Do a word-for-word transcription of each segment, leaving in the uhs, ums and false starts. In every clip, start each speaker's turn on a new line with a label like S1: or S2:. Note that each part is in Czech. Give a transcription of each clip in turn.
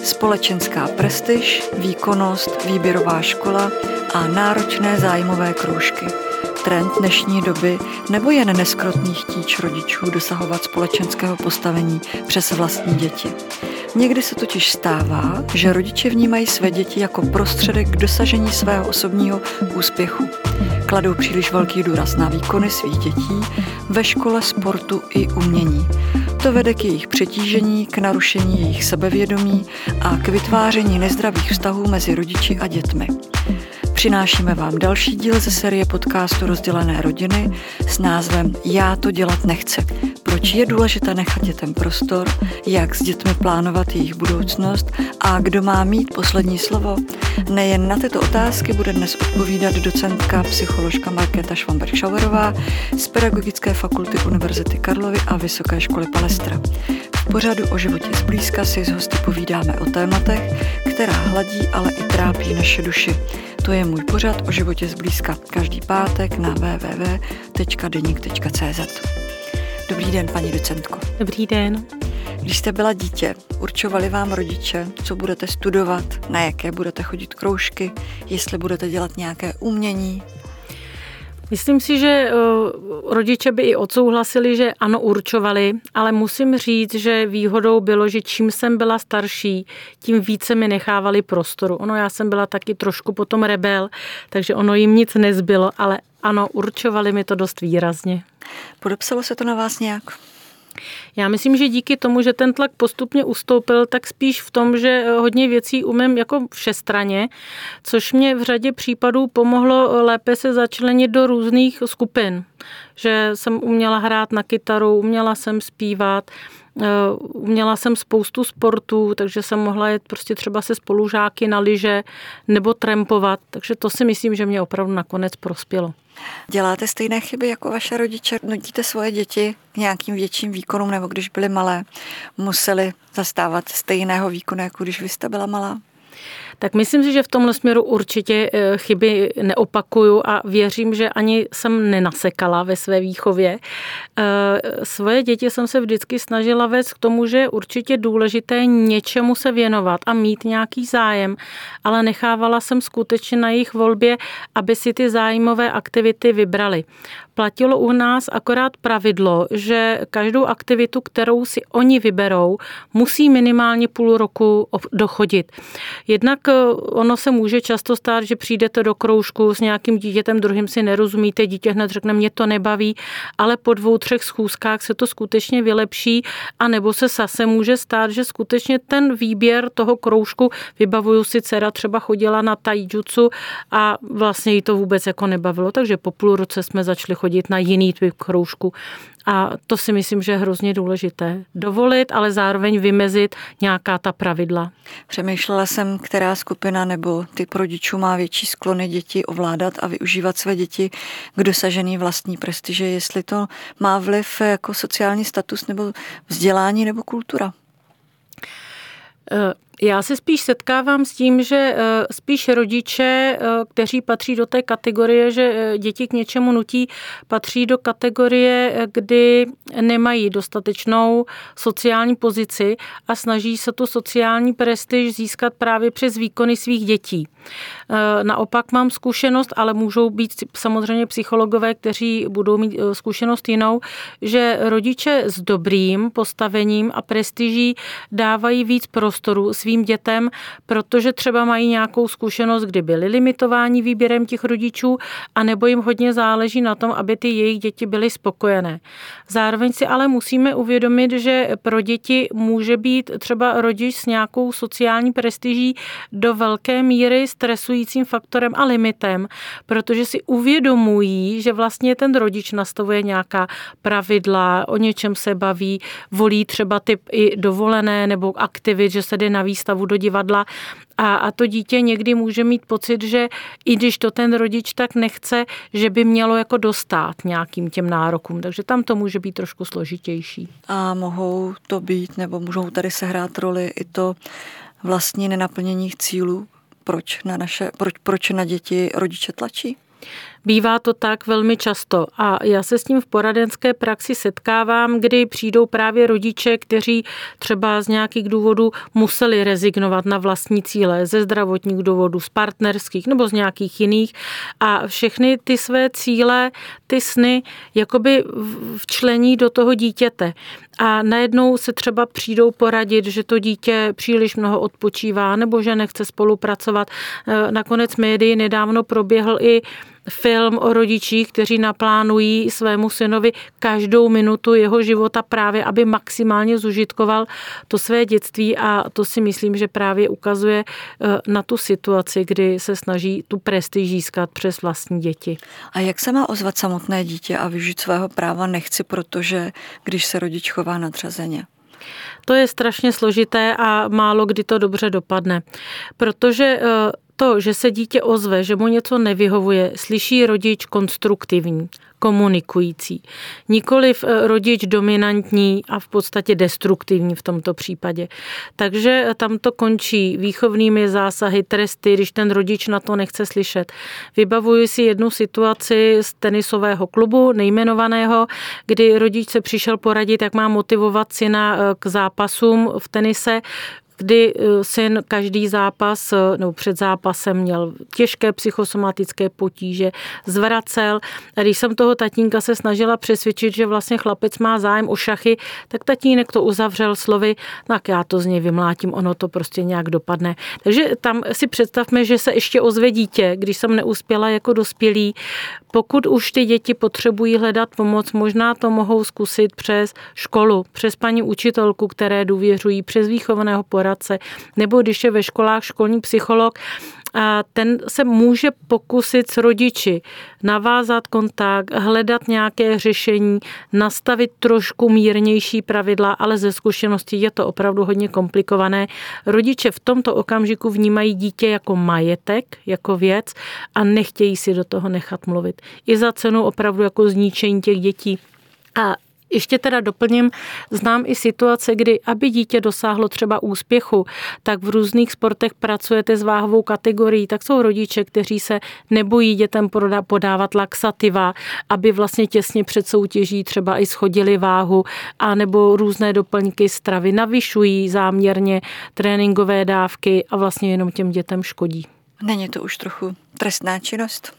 S1: Společenská prestiž, výkonnost, výběrová škola a náročné zájmové kroužky. Trend dnešní doby nebo jen neskrotný chtíč rodičů dosahovat společenského postavení přes vlastní děti. Někdy se totiž stává, že rodiče vnímají své děti jako prostředek k dosažení svého osobního úspěchu. Kladou příliš velký důraz na výkony svých dětí ve škole, sportu i umění. To vede k jejich přetížení, k narušení jejich sebevědomí a k vytváření nezdravých vztahů mezi rodiči a dětmi. Přinášíme vám další díl ze série podcastu Rozdělené rodiny s názvem Já to dělat nechci. Proč je důležité nechat dětem prostor, jak s dětmi plánovat jejich budoucnost a kdo má mít poslední slovo? Nejen na tyto otázky bude dnes odpovídat docentka psycholožka Markéta Švamberg-Schauerová z Pedagogické fakulty Univerzity Karlovy a Vysoké školy Palestra. V pořadu O životě zblízka si s hosty povídáme o tématech, která hladí, ale i trápí naše duši. To je můj pořad O životě zblízka každý pátek na w w w tečka deník tečka c z. Dobrý den, paní docentko.
S2: Dobrý den.
S1: Když jste byla dítě, určovali vám rodiče, co budete studovat, na jaké budete chodit kroužky, jestli budete dělat nějaké umění?
S2: Myslím si, že rodiče by i odsouhlasili, že ano, určovali, ale musím říct, že výhodou bylo, že čím jsem byla starší, tím více mi nechávali prostoru. Ono, já jsem byla taky trošku potom rebel, takže ono jim nic nezbylo, ale ano, určovali mi to dost výrazně.
S1: Podepsalo se to na vás nějak?
S2: Já myslím, že díky tomu, že ten tlak postupně ustoupil, tak spíš v tom, že hodně věcí umím jako všestranně, což mě v řadě případů pomohlo lépe se začlenit do různých skupin. Že jsem uměla hrát na kytaru, uměla jsem zpívat, uměla jsem spoustu sportů, takže jsem mohla jet prostě třeba se spolužáky na lyže nebo trampovat, takže to si myslím, že mě opravdu nakonec prospělo.
S1: Děláte stejné chyby jako vaše rodiče? Nutíte svoje děti k nějakým větším výkonům, nebo když byly malé, museli zastávat stejného výkonu, jako když vy jste byla malá?
S2: Tak myslím si, že v tomhle směru určitě chyby neopakuju a věřím, že ani jsem nenasekala ve své výchově. Svoje děti jsem se vždycky snažila vést k tomu, že je určitě důležité něčemu se věnovat a mít nějaký zájem, ale nechávala jsem skutečně na jejich volbě, aby si ty zájmové aktivity vybrali. Platilo u nás akorát pravidlo, že každou aktivitu, kterou si oni vyberou, musí minimálně půl roku dochodit. Jednak ono se může často stát, že přijdete do kroužku s nějakým dítětem, druhým si nerozumíte, dítě hned řekne, mě to nebaví, ale po dvou, třech schůzkách se to skutečně vylepší, a nebo se zase může stát, že skutečně ten výběr toho kroužku, vybavuju si, dcera třeba chodila na taijutsu a vlastně jí to vůbec jako nebavilo, takže po půl roce jsme začali chodit na jiný typ kroužku. A to si myslím, že je hrozně důležité. Dovolit, ale zároveň vymezit nějaká ta pravidla.
S1: Přemýšlela jsem, která skupina nebo typ rodičů má větší sklony děti ovládat a využívat své děti k dosažení vlastní prestiže, jestli to má vliv jako sociální status nebo vzdělání nebo kultura.
S2: Já se spíš setkávám s tím, že spíš rodiče, kteří patří do té kategorie, že děti k něčemu nutí, patří do kategorie, kdy nemají dostatečnou sociální pozici a snaží se tu sociální prestiž získat právě přes výkony svých dětí. Naopak mám zkušenost, ale můžou být samozřejmě psychologové, kteří budou mít zkušenost jinou, že rodiče s dobrým postavením a prestiží dávají víc prostoru svým dětem, protože třeba mají nějakou zkušenost, kdy byli limitováni výběrem těch rodičů, anebo jim hodně záleží na tom, aby ty jejich děti byly spokojené. Zároveň si ale musíme uvědomit, že pro děti může být třeba rodič s nějakou sociální prestiží do velké míry stresujícím faktorem a limitem, protože si uvědomují, že vlastně ten rodič nastavuje nějaká pravidla, o něčem se baví, volí třeba typ i dovolené nebo aktivit, že se jde na výstavu do divadla a, a to dítě někdy může mít pocit, že i když to ten rodič tak nechce, že by mělo jako dostát nějakým těm nárokům, takže tam to může být trošku složitější.
S1: A mohou to být, nebo můžou tady sehrát roli i to vlastní nenaplnění cílů? Proč na, naše, proč, proč na děti rodiče tlačí?
S2: Bývá to tak velmi často a já se s tím v poradenské praxi setkávám, kdy přijdou právě rodiče, kteří třeba z nějakých důvodů museli rezignovat na vlastní cíle, ze zdravotních důvodů, z partnerských nebo z nějakých jiných a všechny ty své cíle, ty sny jakoby včlení do toho dítěte. A najednou se třeba přijdou poradit, že to dítě příliš mnoho odpočívá nebo že nechce spolupracovat. Nakonec médii nedávno proběhl i film o rodičích, kteří naplánují svému synovi každou minutu jeho života právě, aby maximálně zužitkoval to své dětství a to si myslím, že právě ukazuje na tu situaci, kdy se snaží tu prestiž získat přes vlastní děti.
S1: A jak se má ozvat samotné dítě a využít svého práva nechci, protože když se rodič chová nadřazeně?
S2: To je strašně složité a málo kdy to dobře dopadne, protože to, že se dítě ozve, že mu něco nevyhovuje, slyší rodič konstruktivní, komunikující. Nikoliv rodič dominantní a v podstatě destruktivní v tomto případě. Takže tam to končí výchovnými zásahy, tresty, když ten rodič na to nechce slyšet. Vybavuji si jednu situaci z tenisového klubu, nejmenovaného, kdy rodič se přišel poradit, jak má motivovat syna k zápasům v tenise, kdy syn každý zápas nebo před zápasem měl těžké psychosomatické potíže, zvracel. A když jsem toho tatínka se snažila přesvědčit, že vlastně chlapec má zájem o šachy, tak tatínek to uzavřel slovy, tak já to z něj vymlátím, ono to prostě nějak dopadne. Takže tam si představme, že se ještě ozve dítě, když jsem neuspěla jako dospělý. Pokud už ty děti potřebují hledat pomoc, možná to mohou zkusit přes školu, přes paní učitelku, které důvěřují, přes výchovného poradce, nebo když je ve školách školní psycholog, a ten se může pokusit s rodiči navázat kontakt, hledat nějaké řešení, nastavit trošku mírnější pravidla, ale ze zkušenosti je to opravdu hodně komplikované. Rodiče v tomto okamžiku vnímají dítě jako majetek, jako věc a nechtějí si do toho nechat mluvit. I za cenu opravdu jako zničení těch dětí. A ještě teda doplním, znám i situace, kdy, aby dítě dosáhlo třeba úspěchu, tak v různých sportech pracujete s váhovou kategorií, tak jsou rodiče, kteří se nebojí dětem podávat laxativa, aby vlastně těsně před soutěží třeba i schodili váhu, a nebo různé doplňky stravy navyšují záměrně tréninkové dávky a vlastně jenom těm dětem škodí.
S1: Není to už trochu trestná činnost?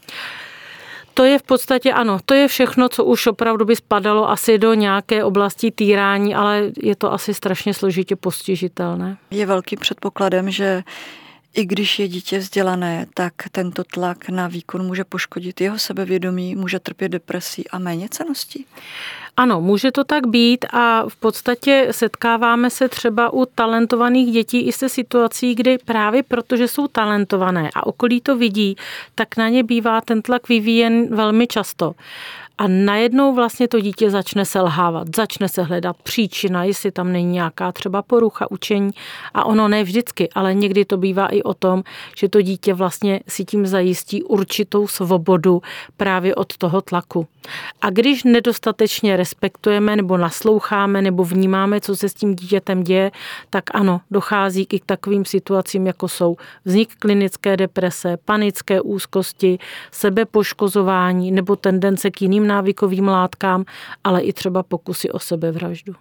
S2: To je v podstatě ano, to je všechno, co už opravdu by spadalo asi do nějaké oblasti týrání, ale je to asi strašně složitě postižitelné.
S1: Je velkým předpokladem, že i když je dítě vzdělané, tak tento tlak na výkon může poškodit jeho sebevědomí, může trpět depresí a méněcenností.
S2: Ano, může to tak být a v podstatě setkáváme se třeba u talentovaných dětí i se situací, kdy právě protože jsou talentované a okolí to vidí, tak na ně bývá ten tlak vyvíjen velmi často. A najednou vlastně to dítě začne selhávat, začne se hledat příčina, jestli tam není nějaká třeba porucha učení. A ono ne vždycky, ale někdy to bývá i o tom, že to dítě vlastně si tím zajistí určitou svobodu právě od toho tlaku. A když nedostatečně respektujeme nebo nasloucháme nebo vnímáme, co se s tím dítětem děje, tak ano, dochází i k takovým situacím, jako jsou vznik klinické deprese, panické úzkosti, sebepoškozování nebo tendence k jiným návykovým látkám, ale i třeba pokusy o sebevraždu.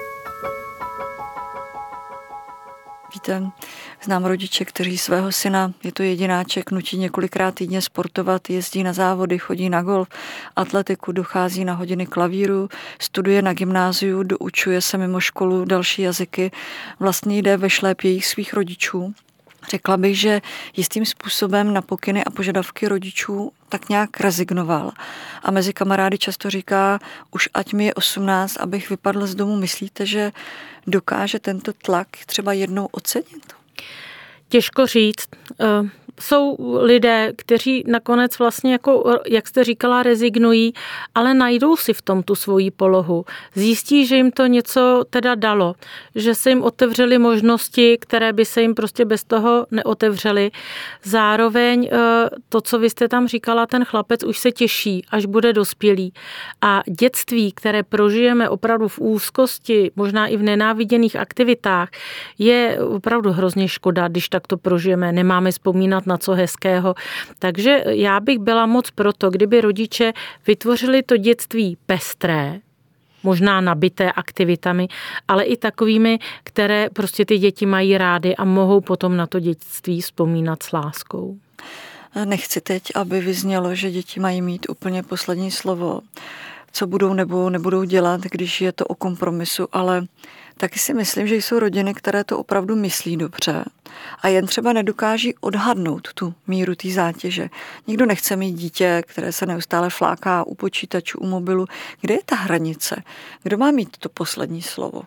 S1: Víte, znám rodiče, kteří svého syna, je to jedináček, nutí několikrát týdně sportovat, jezdí na závody, chodí na golf, atletiku, dochází na hodiny klavíru, studuje na gymnáziu, doučuje se mimo školu další jazyky, vlastně jde ve šlépějích svých rodičů. Řekla bych, že jistým způsobem na pokyny a požadavky rodičů tak nějak rezignoval. A mezi kamarády často říká, už ať mi je osmnáct, abych vypadl z domu. Myslíte, že dokáže tento tlak třeba jednou ocenit?
S2: Těžko říct. Jsou lidé, kteří nakonec vlastně, jako, jak jste říkala, rezignují, ale najdou si v tom tu svoji polohu. Zjistí, že jim to něco teda dalo, že se jim otevřely možnosti, které by se jim prostě bez toho neotevřely. Zároveň to, co vy jste tam říkala, ten chlapec už se těší, až bude dospělý. A dětství, které prožijeme opravdu v úzkosti, možná i v nenáviděných aktivitách, je opravdu hrozně škoda, když tak to prožijeme. Nemáme vzpomínat na co hezkého. Takže já bych byla moc proto, kdyby rodiče vytvořili to dětství pestré, možná nabité aktivitami, ale i takovými, které prostě ty děti mají rády a mohou potom na to dětství vzpomínat s láskou.
S1: Nechci teď, aby vyznělo, že děti mají mít úplně poslední slovo, co budou nebo nebudou dělat, když je to o kompromisu, ale taky si myslím, že jsou rodiny, které to opravdu myslí dobře a jen třeba nedokáží odhadnout tu míru té zátěže. Nikdo nechce mít dítě, které se neustále fláká u počítačů, u mobilu. Kde je ta hranice? Kdo má mít to poslední slovo?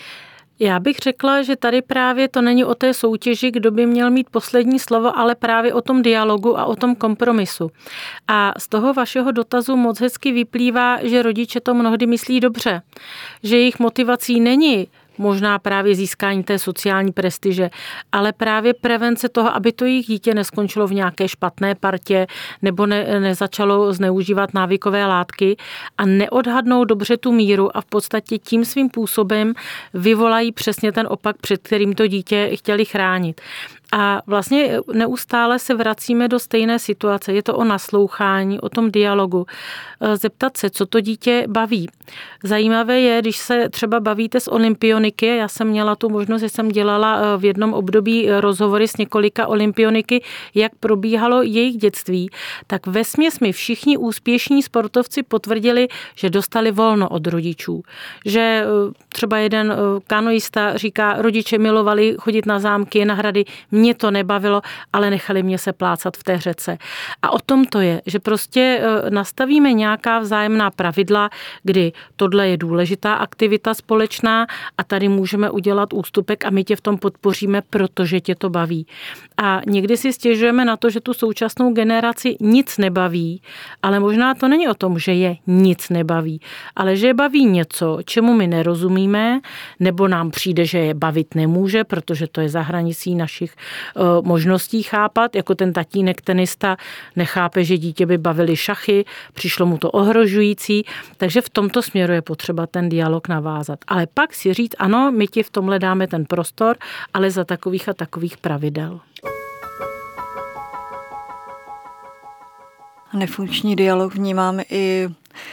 S2: Já bych řekla, že tady právě to není o té soutěži, kdo by měl mít poslední slovo, ale právě o tom dialogu a o tom kompromisu. A z toho vašeho dotazu moc hezky vyplývá, že rodiče to mnohdy myslí dobře, že jejich motivací není možná právě získání té sociální prestiže, ale právě prevence toho, aby to jejich dítě neskončilo v nějaké špatné partě nebo ne, nezačalo zneužívat návykové látky a neodhadnou dobře tu míru a v podstatě tím svým působem vyvolají přesně ten opak, před kterým to dítě chtěli chránit. A vlastně neustále se vracíme do stejné situace. Je to o naslouchání, o tom dialogu. Zeptat se, co to dítě baví. Zajímavé je, když se třeba bavíte s olympioniky. Já jsem měla tu možnost, že jsem dělala v jednom období rozhovory s několika olympioniky, jak probíhalo jejich dětství. Tak vesměs mi všichni úspěšní sportovci potvrdili, že dostali volno od rodičů. Že třeba jeden kanoista říká, rodiče milovali chodit na zámky, na hrady. Mě to nebavilo, ale nechali mě se plácat v té řece. A o tom to je, že prostě nastavíme nějaká vzájemná pravidla, kdy tohle je důležitá aktivita společná a tady můžeme udělat ústupek a my tě v tom podpoříme, protože tě to baví. A někdy si stěžujeme na to, že tu současnou generaci nic nebaví, ale možná to není o tom, že je nic nebaví, ale že je baví něco, čemu my nerozumíme, nebo nám přijde, že je bavit nemůže, protože to je za hranicí našich možností chápat, jako ten tatínek tenista nechápe, že dítě by bavili šachy, přišlo mu to ohrožující, takže v tomto směru je potřeba ten dialog navázat. Ale pak si říct, ano, my ti v tomhle dáme ten prostor, ale za takových a takových pravidel.
S1: Nefunkční dialog vnímáme i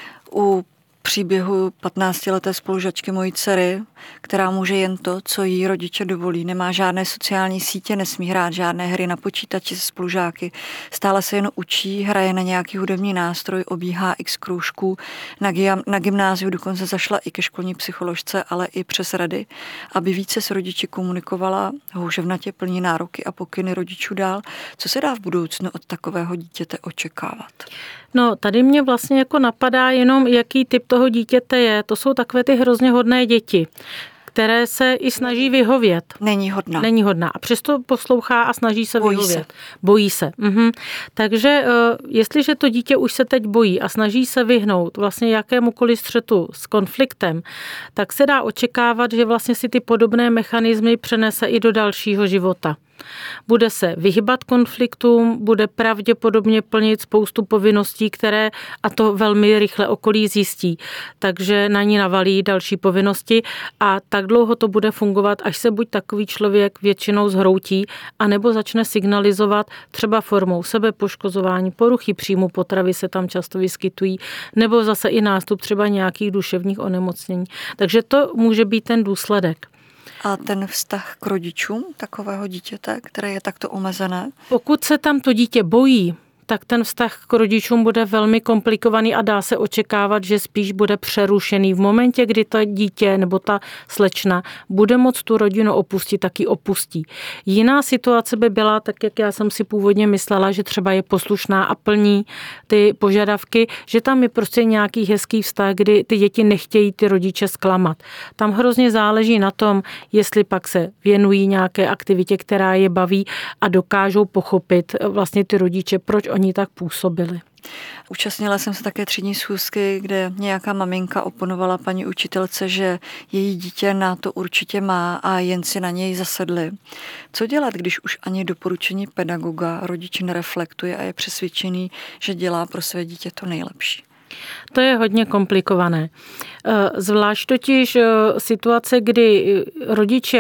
S1: u příběhu patnáctileté spolužačky mojí dcery, která může jen to, co jí rodiče dovolí. Nemá žádné sociální sítě, nesmí hrát žádné hry na počítači se spolužáky. Stále se jen učí, hraje na nějaký hudební nástroj, obíhá x kroužků. Na, na gymnáziu dokonce zašla i ke školní psycholožce, ale i přes rady, aby více s rodiči komunikovala, houževnatě plní nároky a pokyny rodičů dál. Co se dá v budoucnu od takového dítěte očekávat?
S2: No, tady mě vlastně jako napadá jenom, jaký typ toho dítěte je. To jsou takové ty hrozně hodné děti, které se i snaží vyhovět.
S1: Není hodná.
S2: Není hodná. A přesto poslouchá a snaží se
S1: bojí
S2: vyhovět.
S1: Se.
S2: Bojí se. Mhm. Takže jestliže to dítě už se teď bojí a snaží se vyhnout vlastně jakémukoliv střetu s konfliktem, tak se dá očekávat, že vlastně si ty podobné mechanismy přenese i do dalšího života. Bude se vyhybat konfliktům, bude pravděpodobně plnit spoustu povinností, které a to velmi rychle okolí zjistí. Takže na ní navalí další povinnosti a tak dlouho to bude fungovat, až se buď takový člověk většinou zhroutí, anebo začne signalizovat třeba formou sebepoškozování, poruchy příjmu potravy se tam často vyskytují, nebo zase i nástup třeba nějakých duševních onemocnění. Takže to může být ten důsledek.
S1: A ten vztah k rodičům takového dítěte, které je takto omezené?
S2: Pokud se tam to dítě bojí, tak ten vztah k rodičům bude velmi komplikovaný a dá se očekávat, že spíš bude přerušený. V momentě, kdy to dítě nebo ta slečna bude moct tu rodinu opustit, tak ji opustí. Jiná situace by byla, tak jak já jsem si původně myslela, že třeba je poslušná a plní ty požadavky, že tam je prostě nějaký hezký vztah, kdy ty děti nechtějí ty rodiče zklamat. Tam hrozně záleží na tom, jestli pak se věnují nějaké aktivitě, která je baví a dokážou pochopit vlastně ty rodiče, proč oni tak působili.
S1: Účastnila jsem se také třídní schůzky, kde nějaká maminka oponovala paní učitelce, že její dítě na to určitě má a jen si na něj zasedli. Co dělat, když už ani doporučení pedagoga rodič nereflektuje a je přesvědčený, že dělá pro své dítě to nejlepší?
S2: To je hodně komplikované. Zvlášť totiž situace, kdy rodiče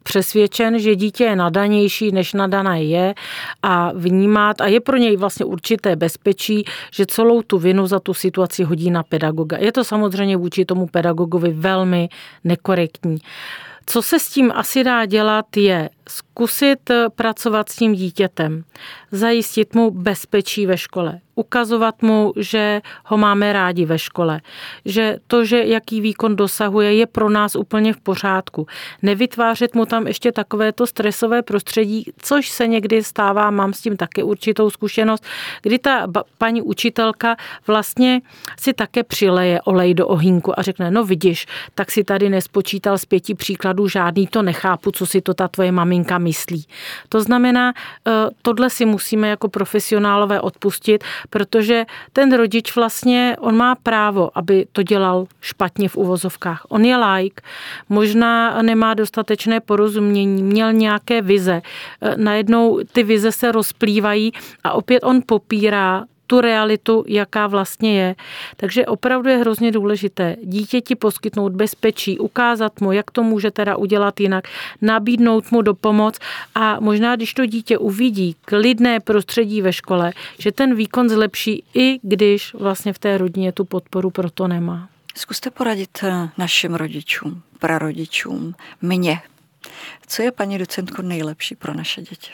S2: přesvědčen, že dítě je nadanější, než nadané je a vnímá, a je pro něj vlastně určité bezpečí, že celou tu vinu za tu situaci hodí na pedagoga. Je to samozřejmě vůči tomu pedagogovi velmi nekorektní. Co se s tím asi dá dělat, je zkusit pracovat s tím dítětem, zajistit mu bezpečí ve škole, ukazovat mu, že ho máme rádi ve škole, že to, že jaký výkon dosahuje, je pro nás úplně v pořádku. Nevytvářet mu tam ještě takovéto stresové prostředí, což se někdy stává, mám s tím taky určitou zkušenost, kdy ta paní učitelka vlastně si také přileje olej do ohýnku a řekne, no vidíš, tak si tady nespočítal z pěti příkladů žádný, to nechápu, co si to ta tvoje maminka myslí. To znamená, tohle si musíme jako profesionálové odpustit, protože ten rodič vlastně, on má právo, aby to dělal špatně v uvozovkách. On je laik, možná nemá dostatečné porozumění, měl nějaké vize. Najednou ty vize se rozplývají a opět on popírá tu realitu, jaká vlastně je. Takže opravdu je hrozně důležité dítěti poskytnout bezpečí, ukázat mu, jak to může teda udělat jinak, nabídnout mu dopomoc a možná, když to dítě uvidí klidné prostředí ve škole, že ten výkon zlepší, i když vlastně v té rodině tu podporu proto nemá.
S1: Zkuste poradit našim rodičům, prarodičům, mně. Co je, paní docentko, nejlepší pro naše děti?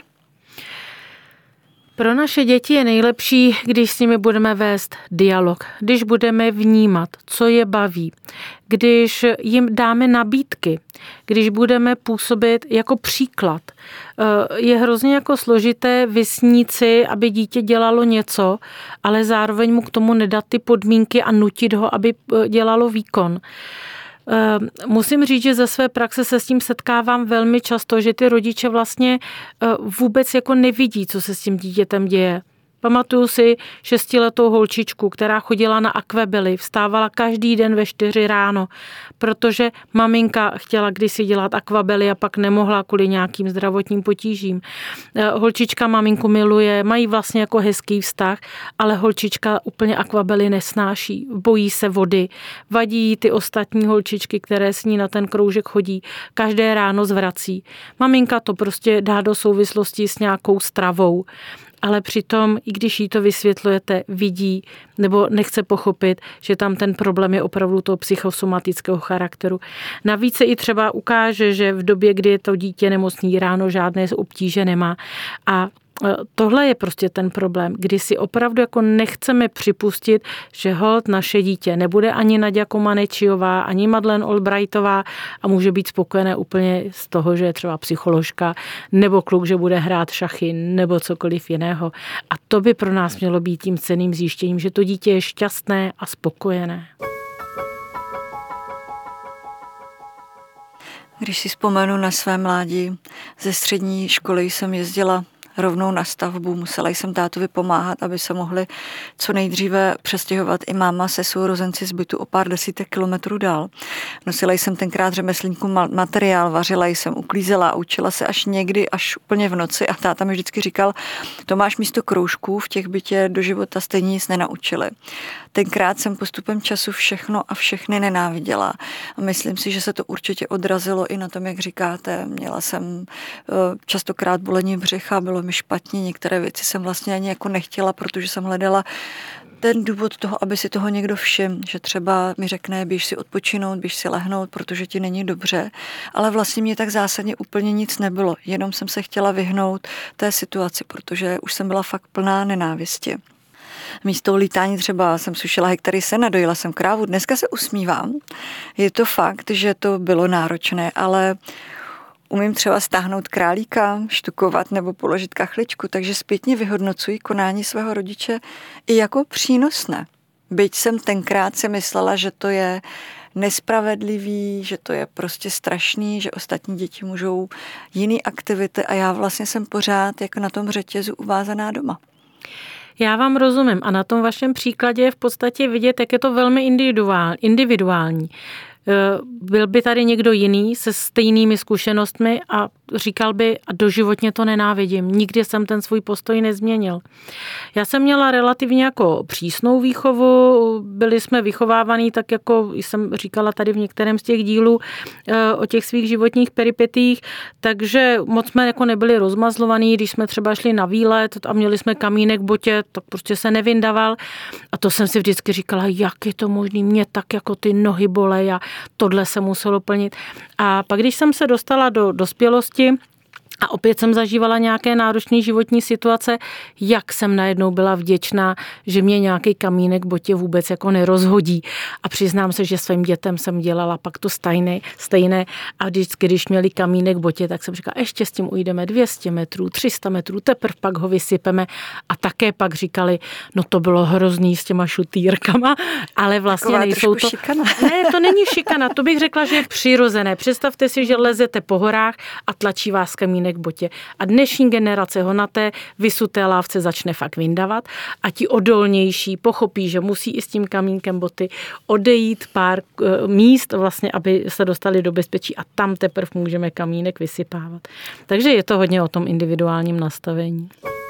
S2: Pro naše děti je nejlepší, když s nimi budeme vést dialog, když budeme vnímat, co je baví, když jim dáme nabídky, když budeme působit jako příklad. Je hrozně jako složité vysnít si, aby dítě dělalo něco, ale zároveň mu k tomu nedat ty podmínky a nutit ho, aby dělalo výkon. Musím říct, že ze své praxe se s tím setkávám velmi často, že ty rodiče vlastně vůbec jako nevidí, co se s tím dítětem děje. Pamatuju si šestiletou holčičku, která chodila na akvabily, vstávala každý den ve čtyři ráno, protože maminka chtěla kdysi dělat akvabily a pak nemohla kvůli nějakým zdravotním potížím. Holčička maminku miluje, mají vlastně jako hezký vztah, ale holčička úplně akvabily nesnáší, bojí se vody, vadí jí ty ostatní holčičky, které s ní na ten kroužek chodí, každé ráno zvrací. Maminka to prostě dá do souvislosti s nějakou stravou. Ale přitom, i když jí to vysvětlujete, vidí nebo nechce pochopit, že tam ten problém je opravdu toho psychosomatického charakteru. Navíc se i třeba ukáže, že v době, kdy je to dítě nemocný, ráno žádné obtíže nemá. A tohle je prostě ten problém, kdy si opravdu jako nechceme připustit, že holt naše dítě nebude ani Naďa Komanečijová, ani Madeleine Albrightová a může být spokojené úplně z toho, že je třeba psycholožka, nebo kluk, že bude hrát šachy, nebo cokoliv jiného. A to by pro nás mělo být tím cenným zjištěním, že to dítě je šťastné a spokojené.
S1: Když si vzpomenu na své mládí, ze střední školy jsem jezdila rovnou na stavbu, musela jsem tátovi pomáhat, aby se mohli co nejdříve přestěhovat i máma se sourozenci z bytu o pár desítek kilometrů dál. Nosila jsem tenkrát řemeslníků materiál, vařila jsem, uklízela, učila se až někdy, až úplně v noci a táta mi vždycky říkal, to máš místo kroužků, v těch by tě do života stejně nic nenaučili. Tenkrát jsem postupem času všechno a všechny nenáviděla. A myslím si, že se to určitě odrazilo i na tom, jak říkáte. Měla jsem častokrát bolení břicha, bylo mi špatně, některé věci jsem vlastně ani jako nechtěla, protože jsem hledala ten důvod toho, aby si toho někdo všiml, že třeba mi řekne, běž si odpočinout, běž si lehnout, protože ti není dobře, ale vlastně mě tak zásadně úplně nic nebylo, jenom jsem se chtěla vyhnout té situaci, protože už jsem byla fakt plná nenávisti. Místo lítání třeba jsem sušila hektary sena, dojela jsem krávu, dneska se usmívám. Je to fakt, že to bylo náročné, ale umím třeba stáhnout králíka, štukovat nebo položit kachličku, takže zpětně vyhodnocuji konání svého rodiče i jako přínosné. Byť jsem tenkrát si myslela, že to je nespravedlivý, že to je prostě strašný, že ostatní děti můžou jiné aktivity a já vlastně jsem pořád jako na tom řetězu uvázaná doma.
S2: Já vám rozumím a na tom vašem příkladě je v podstatě vidět, jak je to velmi individuální. Byl by tady někdo jiný se stejnými zkušenostmi a říkal by, a doživotně to nenávidím. Nikdy jsem ten svůj postoj nezměnil. Já jsem měla relativně jako přísnou výchovu, byli jsme vychovávaní tak, jako jsem říkala tady v některém z těch dílů o těch svých životních peripetích, takže moc jsme jako nebyli rozmazlovaní, když jsme třeba šli na výlet a měli jsme kamínek v botě, tak prostě se nevyndaval. A to jsem si vždycky říkala, jak je to možný, mě tak jako ty nohy bolej a tohle se muselo plnit. A pak, když jsem se dostala do dospělosti, a opět jsem zažívala nějaké náročné životní situace, jak jsem najednou byla vděčná, že mě nějaký kamínek v botě vůbec jako nerozhodí. A přiznám se, že svým dětem jsem dělala pak to stejné, stejné a vždycky, když měli kamínek v botě, tak jsem říkala, ještě s tím ujdeme dvě stě metrů, tři sta metrů, teprve pak ho vysypeme. A také pak říkali, no to bylo hrozný s těma šutýrkama, ale vlastně
S1: Taková
S2: nejsou to...
S1: Šikana.
S2: Ne, to není šikana, to bych řekla, že je přirozené. Představte si, že lezete po horách a tlačí vás kamínek v botě. A dnešní generace ho na té vysuté lávce začne fakt vyndavat a ti odolnější pochopí, že musí i s tím kamínkem boty odejít pár míst vlastně, aby se dostali do bezpečí a tam teprve můžeme kamínek vysypávat. Takže je to hodně o tom individuálním nastavení.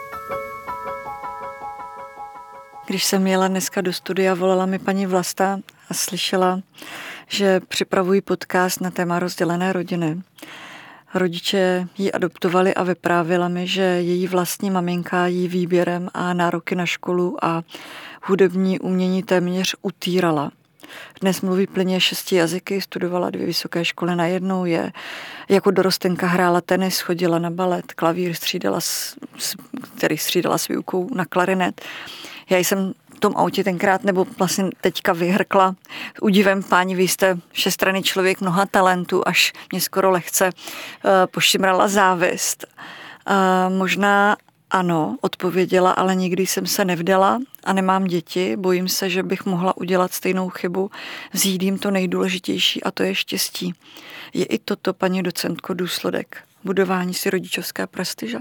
S1: Když jsem jela dneska do studia, volala mi paní Vlasta a slyšela, že připravují podcast na téma rozdělené rodiny. Rodiče ji adoptovali a vyprávěla mi, že její vlastní maminka jí výběrem a nároky na školu a hudební umění téměř utírala. Dnes mluví plně šesti jazyky, studovala dvě vysoké školy najednou, je jako dorostenka hrála tenis, chodila na balet, klavír střídala, s, který střídala s výukou na klarinet. Já jsem v tom autě tenkrát, nebo vlastně teďka vyhrkla údivem, páni, vy jste všestranný člověk, mnoha talentů, až mě skoro lehce uh, pošimrala závist. Uh, možná ano, odpověděla, ale nikdy jsem se nevdala a nemám děti. Bojím se, že bych mohla udělat stejnou chybu, vzít jim to nejdůležitější a to je štěstí. Je i toto, paní docentko, důsledek budování si rodičovské prestiže?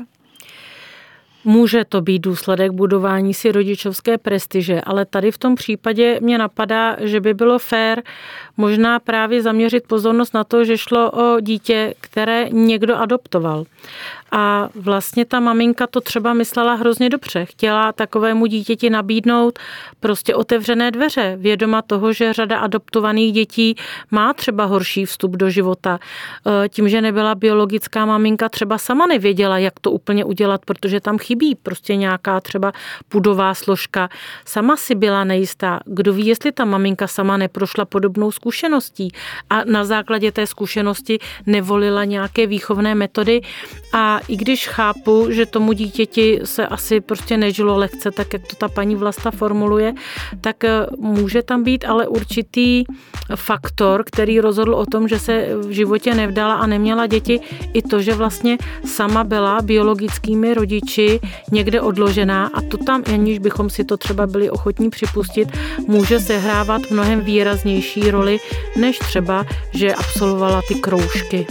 S2: Může to být důsledek budování si rodičovské prestiže, ale tady v tom případě mě napadá, že by bylo fér možná právě zaměřit pozornost na to, že šlo o dítě, které někdo adoptoval. A vlastně ta maminka to třeba myslela hrozně dobře. Chtěla takovému dítěti nabídnout prostě otevřené dveře. Vědoma toho, že řada adoptovaných dětí má třeba horší vstup do života. Tím, že nebyla biologická maminka, třeba sama nevěděla, jak to úplně udělat, protože tam chybí prostě nějaká třeba pudová složka. Sama si byla nejistá. Kdo ví, jestli ta maminka sama neprošla podobnou zkušeností a na základě té zkušenosti nevolila nějaké výchovné metody. A i když chápu, že tomu dítěti se asi prostě nežilo lehce, tak jak to ta paní Vlasta formuluje, tak může tam být ale určitý faktor, který rozhodl o tom, že se v životě nevdala a neměla děti, i to, že vlastně sama byla biologickými rodiči někde odložená a to tam, aniž bychom si to třeba byli ochotní připustit, může sehrávat mnohem výraznější roli, než třeba, že absolvovala ty kroužky.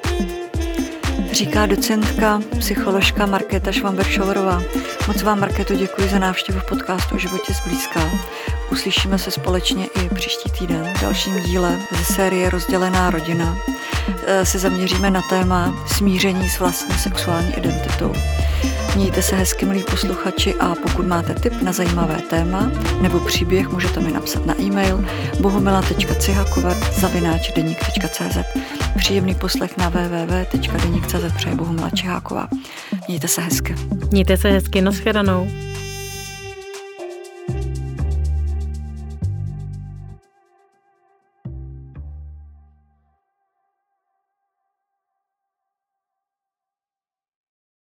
S1: Říká docentka, psycholožka Markéta Švamberg-Šolerová. Moc vám, Markéto, děkuji za návštěvu v podcastu O životě zblízka. Uslyšíme se společně i příští týden v dalším díle ze série Rozdělená rodina. Se zaměříme na téma smíření s vlastní sexuální identitou. Mějte se hezky, milí posluchači, a pokud máte tip na zajímavé téma nebo příběh, můžete mi napsat na e-mail bohumila tečka cihakova zavináč deník tečka cé zet. Příjemný poslech na w w w tečka deník tečka cé zet přeje Bohumila Čiháková. Mějte se hezky.
S2: Mějte se hezky, nashledanou.